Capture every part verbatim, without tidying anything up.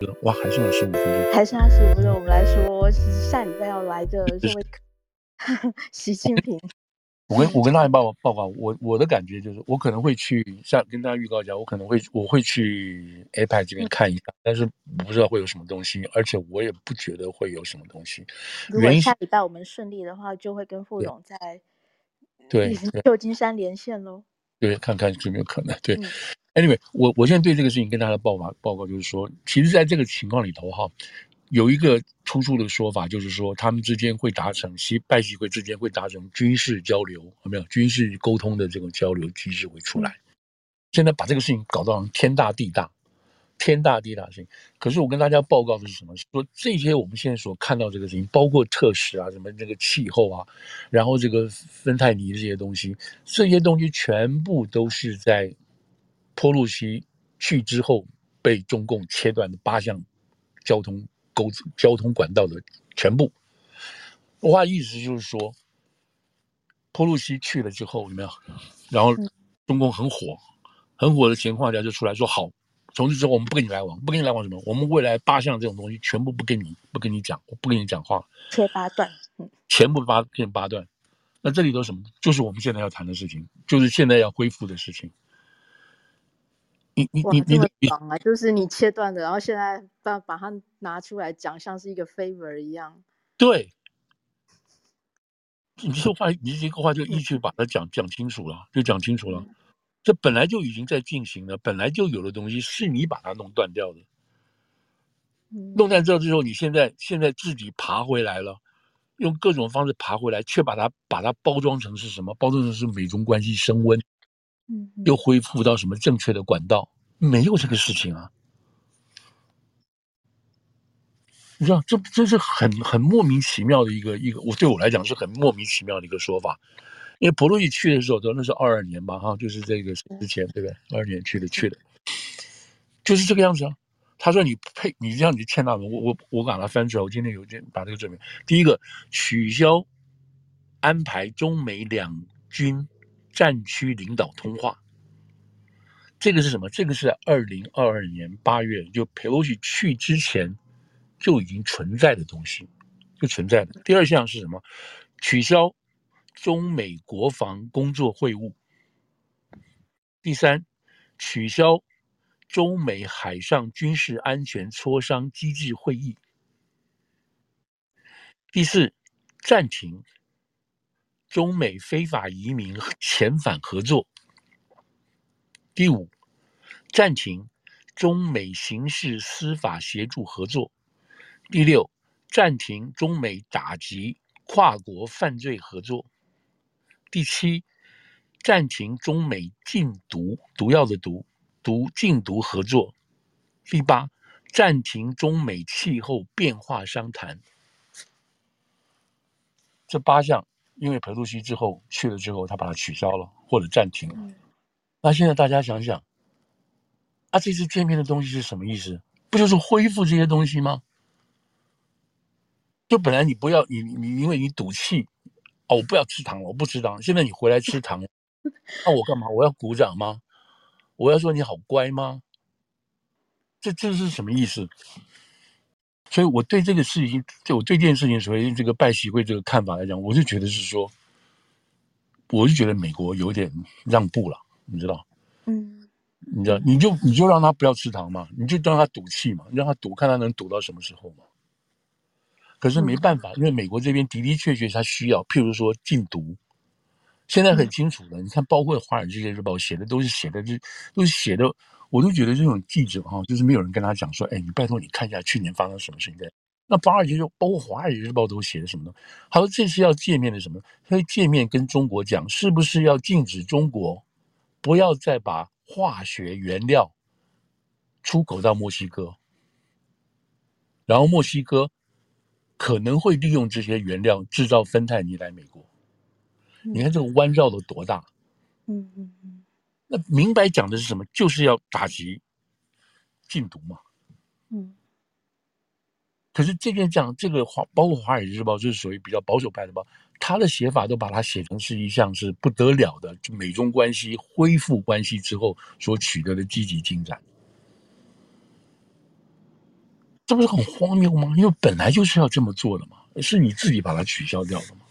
哇，还剩了十五分钟， 还剩下十五分钟，我们来说下礼拜要来的这位习近平。 我跟我跟大家报报告，我我的感觉就是，我可能会去，像跟大家预告一下，我可能会我会去 A P E C 这边看一下，嗯、但是不知道会有什么东西，而且我也不觉得会有什么东西。 如果下礼拜我们顺利的话，就会跟副总在对旧金山连线喽。 对，看看有没有可能。对、嗯、，anyway， 我我现在对这个事情跟大家报告报告就是说，其实在这个情况里头哈。有一个突出的说法，就是说他们之间会达成，习拜习会之间会达成军事交流，有没有军事沟通的这种交流机制会出来？嗯、现在把这个事情搞到天大地大，天大地大的事情。可是我跟大家报告的是什么？说这些我们现在所看到这个事情，包括特使啊，什么这个气候啊，然后这个芬太尼这些东西，这些东西全部都是在波洛西去之后被中共切断的八项交通。沟交通管道的全部，话意思就是说，波洛西去了之后，有没有？然后中共很火，很火的情况下就出来说好，从此之后我们不跟你来往，不跟你来往什么？我们未来八项这种东西全部不跟你不跟你讲，我不跟你讲话， 切八段， 嗯，全部八变八段。那这里头什么？就是我们现在要谈的事情，就是现在要恢复的事情。你你你这么爽啊！就是你切断的，然后现在把把它拿出来讲，像是一个 favor 一样。 对，你这话，你这个话就依据把它讲讲清楚了，就讲清楚了。嗯、这本来就已经在进行了，本来就有的东西是你把它弄断掉的。嗯、弄断掉之后，你现在现在自己爬回来了，用各种方式爬回来，却把它把它包装成是什么？包装成是美中关系升温，嗯，又恢复到什么正确的管道？没有这个事情啊！你知道，这这是很很莫名其妙的一个一个，我对我来讲是很莫名其妙的一个说法。因为普洛西去的时候，都那是二二年吧，哈，就是这个之前，对不对？二二年去的去的，就是这个样子啊。他说你配，你这样你就欠大文，我我我把它翻出来，我今天有件把这个证明。第一个，取消安排中美两军战区领导通话，这个是什么？这个是二零二二年八月，就佩洛西去之前就已经存在的东西，就存在的。第二项是什么？取消中美国防工作会晤。第三，取消中美海上军事安全磋商机制会议。第四，暂停中美非法移民遣返合作。第五，暂停中美刑事司法协助合作。第六，暂停中美打击跨国犯罪合作。第七，暂停中美禁毒毒药的毒毒禁毒合作。第八，暂停中美气候变化商谈。这八项，因为佩洛西之后去了之后，他把它取消了或者暂停了。嗯、那现在大家想想，啊，这次见面的东西是什么意思？不就是恢复这些东西吗？就本来你不要你你因为你赌气，哦，我不要吃糖了，我不吃糖。现在你回来吃糖，那我干嘛？我要鼓掌吗？我要说你好乖吗？这这是什么意思？所以我对这个事情，就我对这件事情所谓这个拜习会这个看法来讲，我就觉得是说，我就觉得美国有点让步了，你知道？嗯，你知道，你就你就让他不要吃糖嘛，你就让他赌气嘛，让他赌，看他能赌到什么时候嘛。可是没办法，因为美国这边的的确确他需要，譬如说禁毒，现在很清楚的，你看，包括《华尔街日报》写的都是写的，这都是写的，我都觉得这种记者哈，就是没有人跟他讲说，哎，你拜托你看一下去年发生什么事情。那《华尔街日报》包括《华尔街日报》都写的什么呢？他说这次要见面的什么？他见面跟中国讲，是不是要禁止中国不要再把化学原料出口到墨西哥，然后墨西哥可能会利用这些原料制造芬太尼来美国。你看这个弯绕的多大？嗯嗯嗯。那明白讲的是什么？就是要打击禁毒嘛。嗯。可是这边讲这个华，包括《华尔街日报》就是属于比较保守派的报，他的写法都把它写成是一项是不得了的美中关系恢复关系之后所取得的积极进展。 这不是很荒谬吗？因为本来就是要这么做的嘛，是你自己把它取消掉的嘛。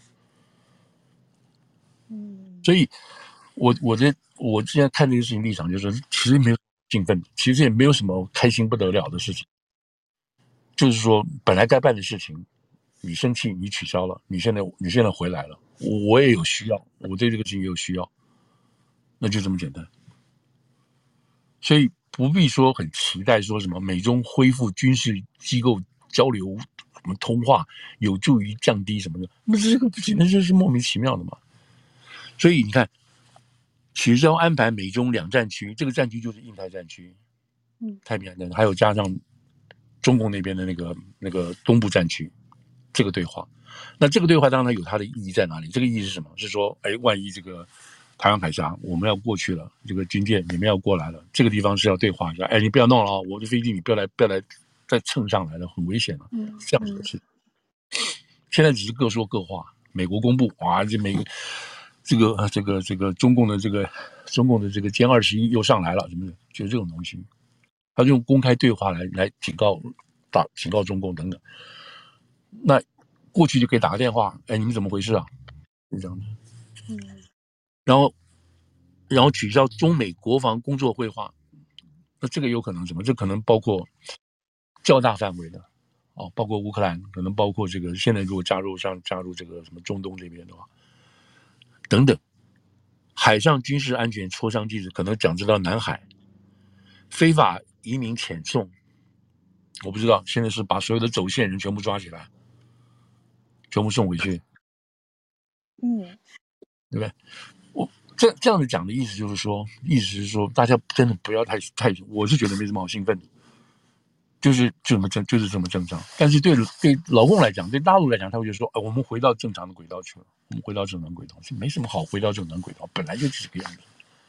嗯， 所以我我的我现在看这个事情立场就是，其实没有兴奋，其实也没有什么开心不得了的事情。就是说，本来该办的事情，你生气，你取消了，你现在你现在回来了，我也有需要，我对这个事情也有需要，那就这么简单。所以不必说很期待说什么美中恢复军事机构交流、什么通话，有助于降低什么的，那这个不简单就是莫名其妙的嘛。所以你看，取消安排美中两战区，这个战区就是印太战区， 嗯， 太平洋战区，还有加上中共那边的那个那个东部战区，这个对话。那这个对话当然有它的意义在哪里？这个意义是什么？是说，哎，万一这个台湾海峡我们要过去了，这个军舰你们要过来了，这个地方是要对话一下。哎，你不要弄了啊！我的飞机你不要来，不要来再蹭上来了，很危险了。 嗯， 这样子的事。现在只是各说各话。美国公布啊，这美这个这个这个中共的这个中共的这个歼二十一又上来了，什么的，就这种东西，他就用公开对话来来警告打警告中共等等。那过去就可以打个电话，哎，你们怎么回事啊？就这样子。 嗯， 然后然后取消中美国防工作会话，那这个有可能什么？这可能包括较大范围的，哦，包括乌克兰，可能包括这个现在如果加入上加入这个什么中东这边的话，等等，海上军事安全磋商机制可能讲至到南海，非法移民遣送，我不知道，现在是把所有的走线人全部抓起来，全部送回去， 嗯， 对不对？我这这样子讲的意思就是说，意思是说，大家真的不要太太，我是觉得没什么好兴奋的，就是这么正，就是这么正常。但是对对老共来讲，对大陆来讲，他会觉得说，哎，我们回到正常的轨道去了，我们回到正常轨道，是没什么好回到正常轨道，本来就是这个样子。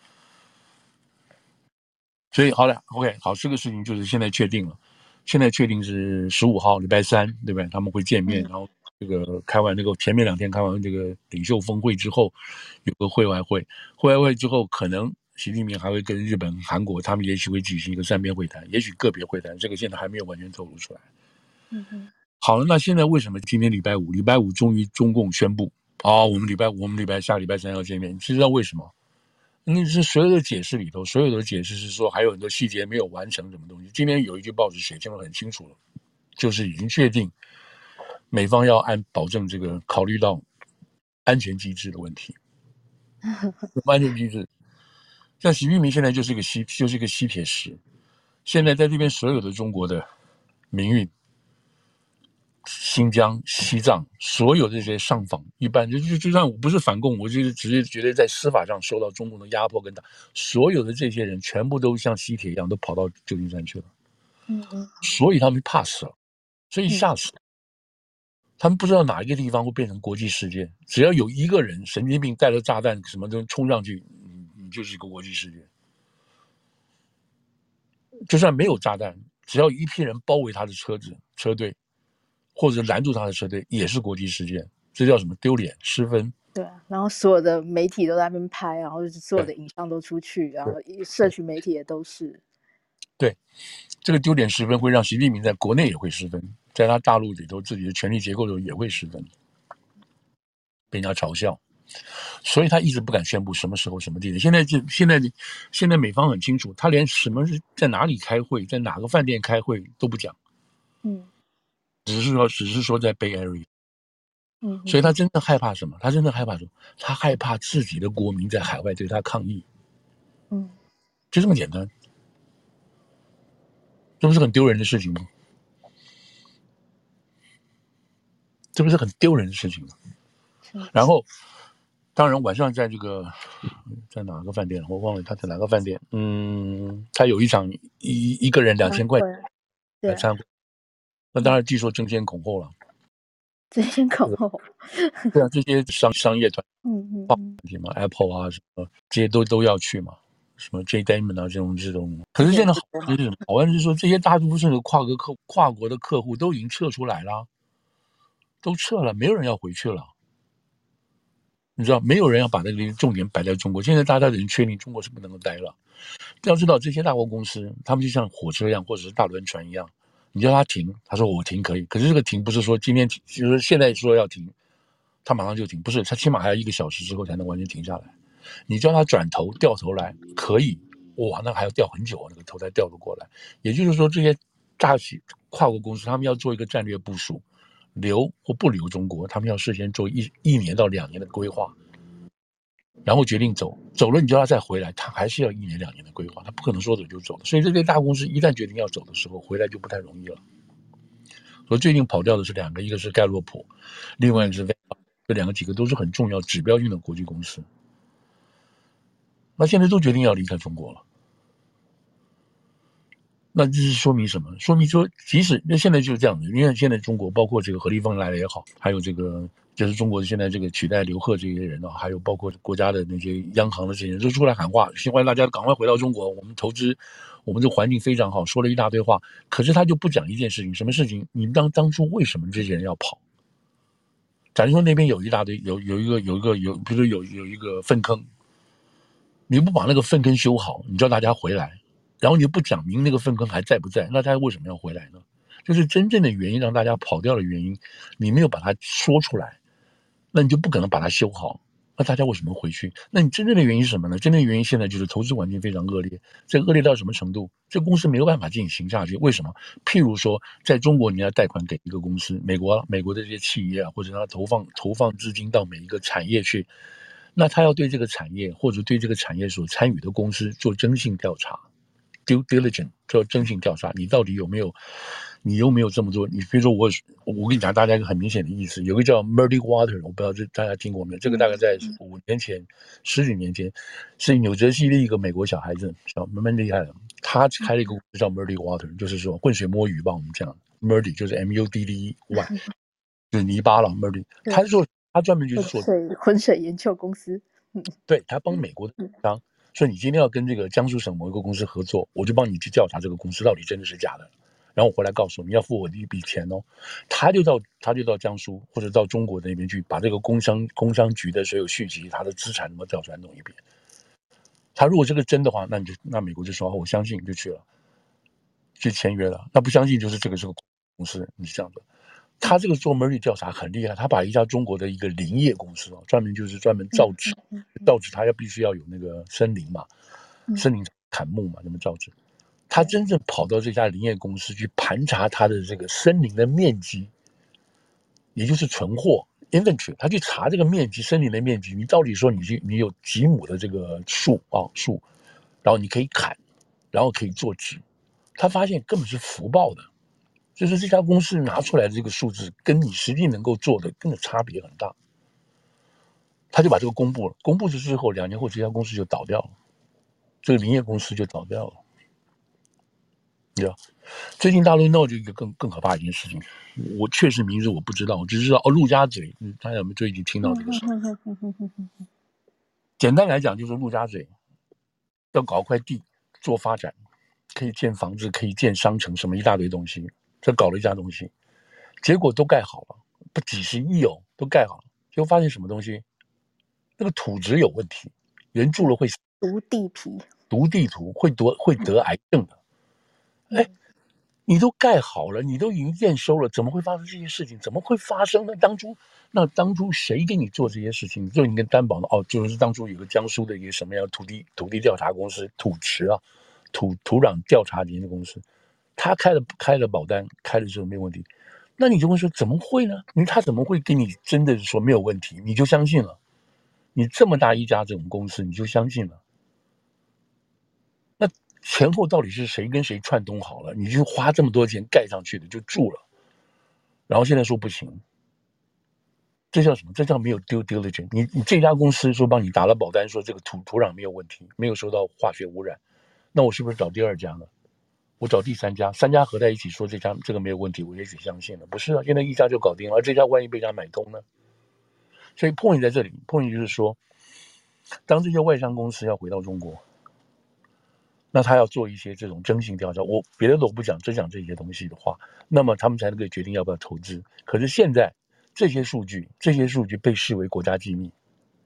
所以好了 ，OK， 好，这个事情就是现在确定了，现在确定是十五号礼拜三，对不对？他们会见面，然后这个开完这个前面两天开完这个领袖峰会之后，有个会外会，会外会之后，可能习近平还会跟日本、韩国，他们也许会举行一个三边会谈，也许个别会谈，这个现在还没有完全透露出来。 嗯哼， 好了，那现在为什么今天礼拜五，礼拜五终于中共宣布，哦，我们礼拜五，我们礼拜下礼拜三要见面，你知道为什么？那是所有的解释里头，所有的解释是说还有很多细节没有完成，什么东西？今天有一句报纸写清楚很清楚了，就是已经确定美方要按保证这个考虑到安全机制的问题。什么安全机制？像习近平现在就是一个吸，就是一个吸铁石。现在在这边所有的中国的民运、新疆、西藏，所有这些上访，一般就就就算我不是反共，我就是只是觉得在司法上受到中共的压迫跟打，所有的这些人全部都像吸铁一样，都跑到旧金山去了。 嗯嗯， 所以他们怕死了，所以吓死了。他们不知道哪一个地方会变成国际事件，只要有一个人神经病带着炸弹什么都冲上去，你你就是一个国际事件。就算没有炸弹，只要一批人包围他的车子车队，或者拦住他的车队，也是国际事件。这叫什么？丢脸失分。 对啊，然后所有的媒体都在那边拍，然后所有的影像都出去，然后社群媒体也都是。 对，这个丢脸失分会让习近平在国内也会失分，在他大陆里头自己的权力结构里头也会失分，被人家嘲笑。所以他一直不敢宣布什么时候什么地点。现在就现在现在美方很清楚，他连什么是在哪里开会，在哪个饭店开会都不讲， 嗯， 只是说只是说在 Bay Area。 嗯， 所以他真的害怕什么？他真的害怕什么？他害怕自己的国民在海外对他抗议。 嗯， 就这么简单，这不是很丢人的事情吗？这不是很丢人的事情吗？然后，当然晚上在这个在哪个饭店，我忘了他在哪个饭店。嗯，他有一场一一个人两千块来参会，那当然据说争先恐后了。 争先恐后。 对啊，这些商商业团， 嗯嗯嗯，嘛 ，Apple 啊什么这些都都要去嘛。什么 J Diamond 啊这种这种，可是现在好玩是什么？好玩是说这些大多数的跨国客跨国的客户都已经撤出来了，都撤了，没有人要回去了。你知道，没有人要把那个重点摆在中国。现在大家已经确定中国是不能够待了。要知道，这些大国公司，他们就像火车一样，或者是大轮船一样， 你叫他停，他说我停可以，可是这个停不是说今天停，就是现在说要停，他马上就停，不是，他起码还要一个小时之后才能完全停下来。你叫他转头掉头来可以，哇，那还要掉很久，那个头才掉得过来。也就是说，这些大企跨国公司，他们要做一个战略部署，留或不留中国，他们要事先做一一年到两年的规划，然后决定走。走了，你叫他再回来，他还是要一年两年的规划，他不可能说走就走的。所以这些大公司一旦决定要走的时候，回来就不太容易了。所以最近跑掉的是两个，一个是盖洛普，另外一个是 V， 这两个几个都是很重要指标性的国际公司。那现在都决定要离开中国了，那这是说明什么？说明说，即使那现在就是这样的，因为现在中国包括这个何立峰来了也好，还有这个就是中国现在这个取代刘鹤这些人啊，还有包括国家的那些央行的这些人都出来喊话，希望大家赶快回到中国，我们投资，我们这环境非常好，说了一大堆话，可是他就不讲一件事情，什么事情？你们当当初为什么这些人要跑？假如说那边有一大堆，有有一个有一个有，比如说有有一个粪坑。你不把那个粪坑修好，你叫大家回来，然后你不讲明那个粪坑还在不在，那大家为什么要回来呢？就是真正的原因让大家跑掉的原因，你没有把它说出来，那你就不可能把它修好。那大家为什么回去？那你真正的原因是什么呢？真正的原因现在就是投资环境非常恶劣，这恶劣到什么程度？这公司没有办法进行下去。为什么？譬如说，在中国你要贷款给一个公司，美国美国的这些企业啊，或者他投放投放资金到每一个产业去。那他要对这个产业或者对这个产业所参与的公司做征信调查 ，due diligence 做征信调查，你到底有没有，你有没有这么做？你比如说我，我跟你讲大家一个很明显的意思，有个叫 Murdy Water， 我不知道这大家听过没有？这个大概在五年前、十几年前，是纽泽西的一个美国小孩子，小蛮厉害的，他开了一个公司叫 Murdy Water， 就是说浑水摸鱼吧，我们这样 Murdy 就是 M U D D Y， 就是泥巴了 Murdy， 他是说。他专门就是说水浑水研究公司， 对他帮美国的商说，你今天要跟这个江苏省某一个公司合作，我就帮你去调查这个公司到底真的是假的，然后我回来告诉你，要付我的一笔钱哦。他就到他就到江苏或者到中国那边去，把这个工商工商局的所有续集、他的资产什么调出来弄一遍。他如果这个真的话，那你就那美国就说我相信，就去了，去签约了。那不相信就是这个是个公司，你是这样的。他这个做 Murray 调查很厉害，他把一家中国的一个林业公司哦，专门就是专门造纸，造纸他要必须要有那个森林嘛，森林砍木嘛，那么造纸。他真正跑到这家林业公司去盘查他的这个森林的面积，也就是存货 inventory， 他去查这个面积，森林的面积，你到底说你你有几亩的这个树啊树，然后你可以砍，然后可以做纸，他发现根本是福报的。就是这家公司拿出来的这个数字，跟你实际能够做的根本差别很大。他就把这个公布了，公布之后，两年后这家公司就倒掉了，这个林业公司就倒掉了。你知道，最近大陆闹就一个更更可怕的一件事情，我确实名字我不知道，我只知道哦，陆家嘴，大家有没有最近听到这个事？简单来讲，就是陆家嘴要搞块地做发展，可以建房子，可以建商城，什么一大堆东西。这搞了一家东西，结果都盖好了，不几十亿哦，都盖好了，结果发现什么东西？那个土质有问题，人住了会毒地皮， 毒地图会得会得癌症的。哎，你都盖好了，你都已经验收了，怎么会发生这些事情？怎么会发生呢？当初那当初谁给你做这些事情？就你跟担保的哦，就是当初有个江苏的一个什么样土地土地调查公司土池啊，土土壤调查研究公司。他开了开了保单，开了之后没有问题，那你就会说怎么会呢？你他怎么会跟你真的说没有问题，你就相信了？你这么大一家这种公司，你就相信了？那前后到底是谁跟谁串通好了？你就花这么多钱盖上去的就住了，然后现在说不行，这叫什么？这叫没有 due diligence。你你这家公司说帮你打了保单，说这个土土壤没有问题，没有受到化学污染，那我是不是找第二家呢？我找第三家，三家合在一起说这家这个没有问题，我也许相信了。不是啊，现在一家就搞定了，而这家万一被人家买通呢？所以 point 在这里 ，point 就是说，当这些外商公司要回到中国，那他要做一些这种征信调查，我别的都不讲，只讲这些东西的话，那么他们才能够决定要不要投资。可是现在这些数据，这些数据被视为国家机密，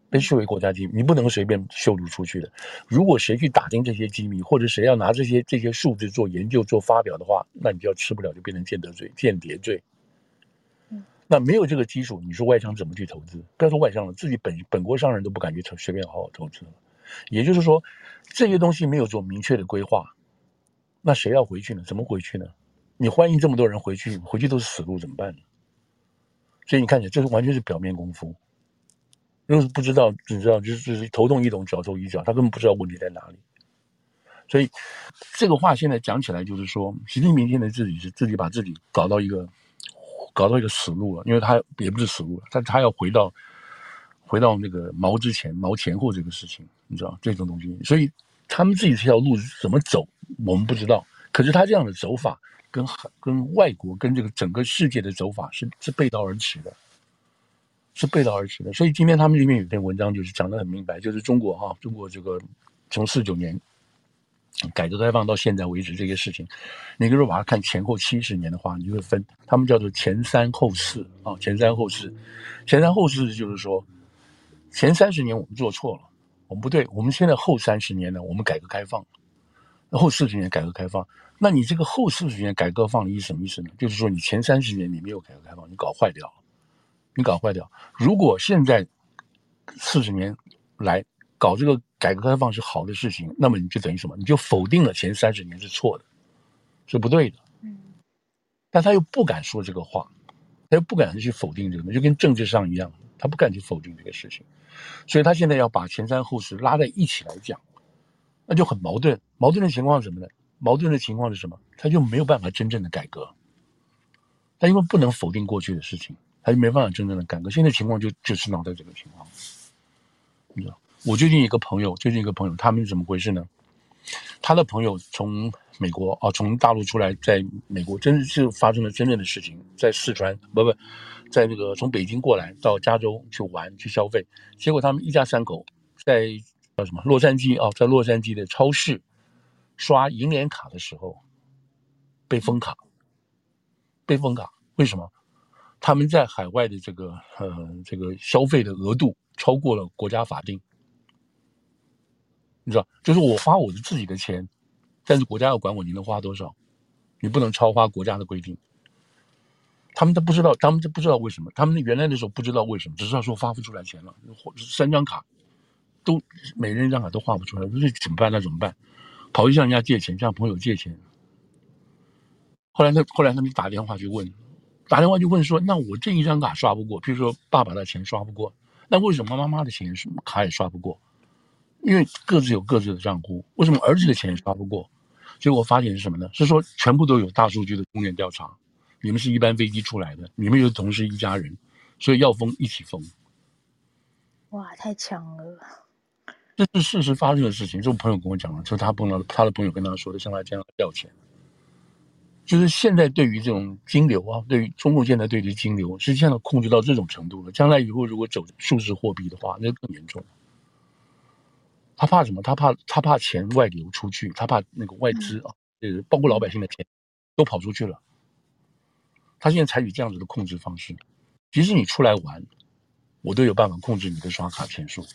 被视为国家机密，你不能随便秀露出去的。如果谁去打听这些机密，或者谁要拿这些这些数字做研究、做发表的话，那你就要吃不了，就变成间谍罪、间谍罪。那没有这个基础，你说外商怎么去投资？不要说外商了，自己本本国商人都不敢去随便好好投资了。也就是说，这些东西没有做明确的规划，那谁要回去呢？怎么回去呢？你欢迎这么多人回去，回去都是死路，怎么办呢？所以你看起来这是完全是表面功夫。如果是不知道，只知道就是头痛医头，脚痛医脚，他根本不知道问题在哪里。所以这个话现在讲起来，就是说，习近平现在自己是自己把自己搞到一个搞到一个死路了，因为他也不是死路了，他他要回到回到那个毛之前、毛前后这个事情，你知道这种东西。所以他们自己这条路怎么走，我们不知道。可是他这样的走法跟跟外国跟这个整个世界的走法是是背道而驰的。是背道而驰的，所以今天他们里面有篇文章就是讲得很明白，就是中国哈，中国这个从四九年改革开放到现在为止这些事情，你如果把它看前后七十年的话，你就会分，他们叫做前三后四啊，前三后四，前三后四就是说，前三十年我们做错了，我们不对，我们现在后三十年呢，我们改革开放，后四十年改革开放，那你这个后四十年改革开放的意思什么意思呢？就是说你前三十年你没有改革开放，你搞坏掉了。你搞坏掉。如果现在四十年来搞这个改革开放是好的事情，那么你就等于什么？你就否定了前三十年是错的，是不对的。但他又不敢说这个话，他又不敢去否定这个，就跟政治上一样，他不敢去否定这个事情，所以他现在要把前三后四拉在一起来讲，那就很矛盾。矛盾的情况是什么呢？矛盾的情况是什么？他就没有办法真正的改革，他因为不能否定过去的事情。他就没办法真正的改革，现在情况就就是闹到这个情况，你知道？我最近一个朋友，最近一个朋友，他们是怎么回事呢？他的朋友从美国啊，从大陆出来，在美国真是发生了真正的事情，在四川不不，在那个从北京过来到加州去玩去消费，结果他们一家三口在叫什么洛杉矶啊，在洛杉矶的超市刷银联卡的时候被封卡，被封卡，为什么？他们在海外的这个呃这个消费的额度超过了国家法定，你知道，就是我花我的自己的钱，但是国家要管我你能花多少，你不能超花国家的规定。他们都不知道，他们都不知道为什么，他们原来的时候不知道为什么，只知道说发不出来钱了，三张卡都每人一张卡都画不出来，这怎么办？那怎么办？跑去向人家借钱，向朋友借钱。后来他后来他们打电话去问。打电话就问说，那我这一张卡刷不过，比如说爸爸的钱刷不过，那为什么妈妈的钱卡也刷不过？因为各自有各自的账户，为什么儿子的钱也刷不过？结果发现是什么呢？是说全部都有大数据的公园调查，你们是一班飞机出来的，你们又同是一家人，所以要封一起封。 哇，太强了！ 这是事实发生的事情，是我朋友跟我讲的，就是他碰到他的朋友跟他说的，向他这样调钱。就是现在对于这种金流啊，对于中共现在对于金流，实际上控制到这种程度了。将来以后如果走数字货币的话，那更严重。他怕什么？他怕他怕钱外流出去，他怕那个外资啊，呃、嗯，包括老百姓的钱都跑出去了。他现在采取这样子的控制方式，即使你出来玩，我都有办法控制你的刷卡钱数。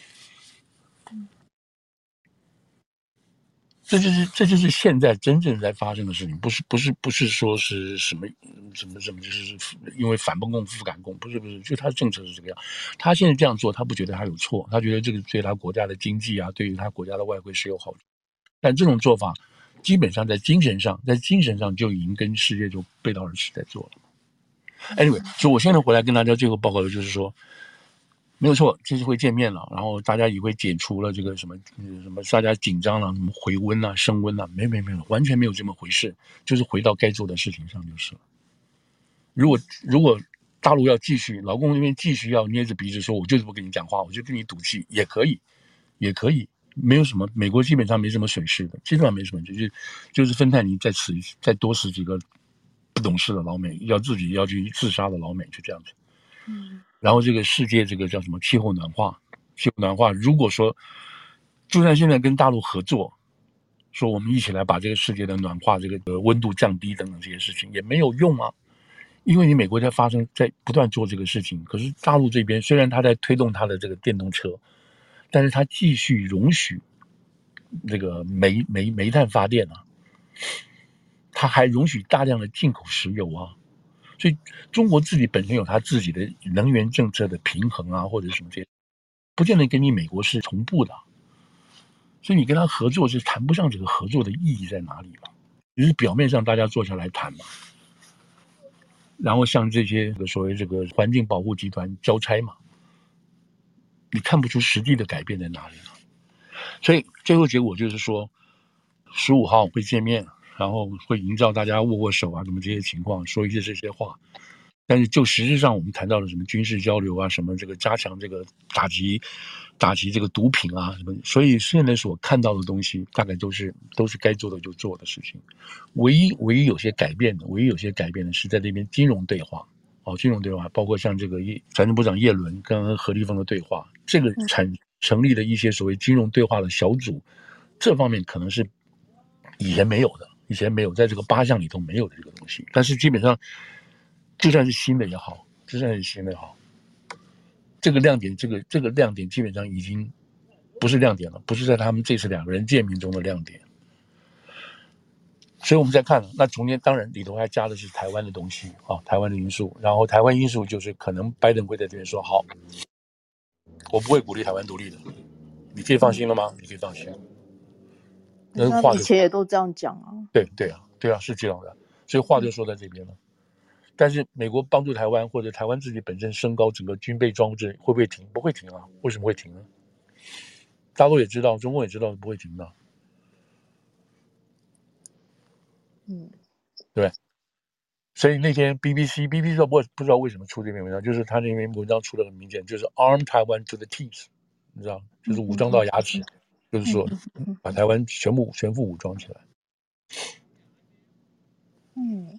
这就是这就是现在真正在发生的事情，不是不是不是说是什么什么什么，就是因为反崩共复赶共，不是不是，就他的政策是这个样。他现在这样做，他不觉得他有错，他觉得这个对他国家的经济啊，对于他国家的外汇是有好处。但这种做法，基本上在精神上，在精神上就已经跟世界就背道而驰在做了。Anyway，所以我现在回来跟大家最后报告的就是说。没有错，这次会见面了，然后大家也会解除了这个什么什么，大家紧张了，什么回温啊、升温啊，没没没有，完全没有这么回事，就是回到该做的事情上就是了。如果如果大陆要继续，老共那边继续要捏着鼻子说，我就是不跟你讲话，我就跟你赌气，也可以，也可以，没有什么，美国基本上没什么水势的，基本上没什么，就是就是芬太尼再死再多死几个不懂事的老美，要自己要去自杀的老美，就这样子。嗯。然后这个世界这个叫什么气候暖化，气候暖化，如果说就算现在跟大陆合作，说我们一起来把这个世界的暖化这个温度降低等等这些事情也没有用啊， 因为你美国在发生在不断做这个事情，可是大陆这边虽然他在推动他的这个电动车，但是他继续容许这个煤煤煤炭发电啊，他还容许大量的进口石油啊，所以中国自己本身有他自己的能源政策的平衡啊，或者什么这些，不见得跟你美国是同步的，所以你跟他合作是谈不上这个合作的意义在哪里了，只是表面上大家坐下来谈嘛。然后像这些所谓这个环境保护集团交差嘛，你看不出实际的改变在哪里了。所以最后结果就是说，十五号会见面，然后会营造大家握握手啊，什么这些情况，说一些这些话。但是就实质上我们谈到了什么军事交流啊，什么这个加强这个打击打击这个毒品啊什么，所以现在所看到的东西大概都是都是该做的就做的事情。唯一唯一有些改变的，唯一有些改变的是在那边金融对话。哦，金融对话包括像这个财政部长叶伦跟何立峰的对话，这个产成立的一些所谓金融对话的小组，这方面可能是以前没有的，以前没有在这个八项里头没有的这个东西。但是基本上，就算是新的也好，就算是新的也好，这个亮点，这个这个亮点基本上已经不是亮点了，不是在他们这次两个人见面中的亮点。所以我们再看，那中间当然里头还加的是台湾的东西啊，台湾的因素。然后台湾因素就是可能拜登会在这边说，好，我不会鼓励台湾独立的，你可以放心了吗？你可以放心。 那话以前也都这样讲啊。 对对啊，对啊，是这样的。所以话就说在这边了。但是美国帮助台湾，或者台湾自己本身升高整个军备装置，会不会停？不会停啊。为什么会停呢？大陆也知道，中国也知道不会停的。 嗯， 对。所以那天 B B C B B C 不不知道为什么出这篇文章，就是他那篇文章出的很明显，就是 Arm Taiwan to the teeth， 你知道，就是武装到牙齿，就是说把台湾全部全副武装起来。 嗯。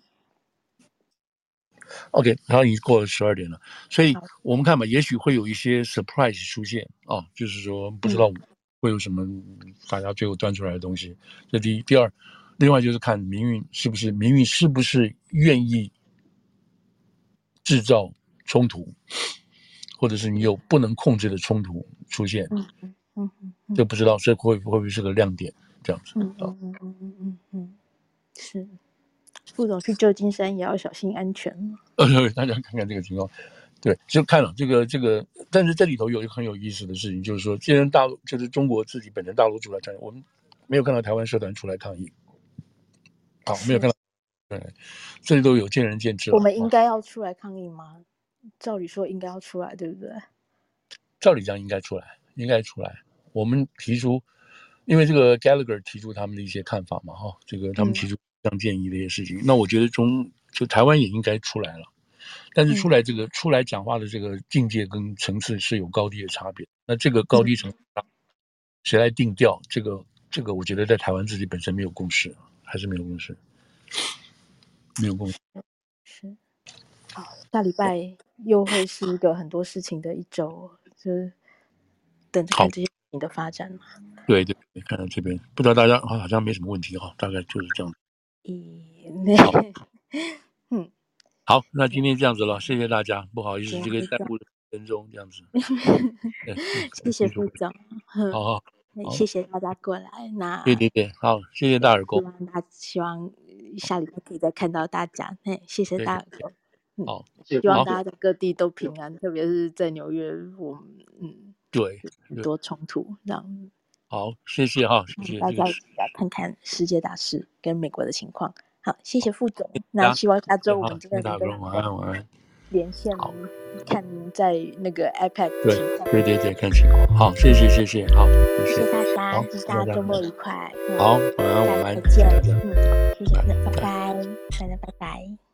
OK， 然后已经过了十二点了，所以我们看吧，也许会有一些 surprise 出现啊，就是说不知道会有什么大家最后端出来的东西。这第一，第二，另外就是看民运是不是民运是不是愿意制造冲突，或者是你有不能控制的冲突出现， 嗯嗯嗯， 这不知道这会会不会是个亮点，这样子。 嗯嗯嗯嗯嗯嗯嗯，是。副总去旧金山也要小心安全。 呃，大家看看这个情况，对，就看了这个这个，但是这里头有一个很有意思的事情，就是说，既然大陆就是中国自己本身大陆出来抗议，我们没有看到台湾社团出来抗议，好，没有看到，对，这里都有见仁见智。 我们应该要出来抗议吗？照理说应该要出来，对不对？ 照理讲应该出来，应该出来。我们提出，因为这个 Gallagher 提出他们的一些看法嘛，哈，这个他们提出这样建议的一些事情，嗯、那我觉得中就台湾也应该出来了。但是出来这个、嗯、出来讲话的这个境界跟层次是有高低的差别。那这个高低层次谁来定调？这个这个，我觉得在台湾自己本身没有共识，还是没有共识，没有共识。 是。好，下礼拜又会是一个很多事情的一周，就是等着看这些事情的发展嘛。 对对，看到这边，不知道大家好像没什么问题哈，大概就是这样子。 咦， 嗯。好，那今天这样子了，谢谢大家，不好意思，这个耽误了十分钟这样子。 谢谢副总， 好好， 谢谢大家过来。那对对对，好，谢谢大耳公。 希望大希望下礼拜可以再看到大家，嘿，谢谢大耳公。 好， 希望大家在各地都平安，特别是在纽约，我们嗯， 对， 很多冲突这样。 好，谢谢哈，谢谢。 大家来看看世界大事跟美国的情况。好，谢谢副总。那希望下周我们真的能跟晚安晚安连线，看在那个 iPad 情况。 对对对，看情况。好，谢谢谢谢，好， 谢谢大家，祝大家周末愉快。 好，晚安晚安， 再见。嗯，谢谢，那拜拜，大家拜拜。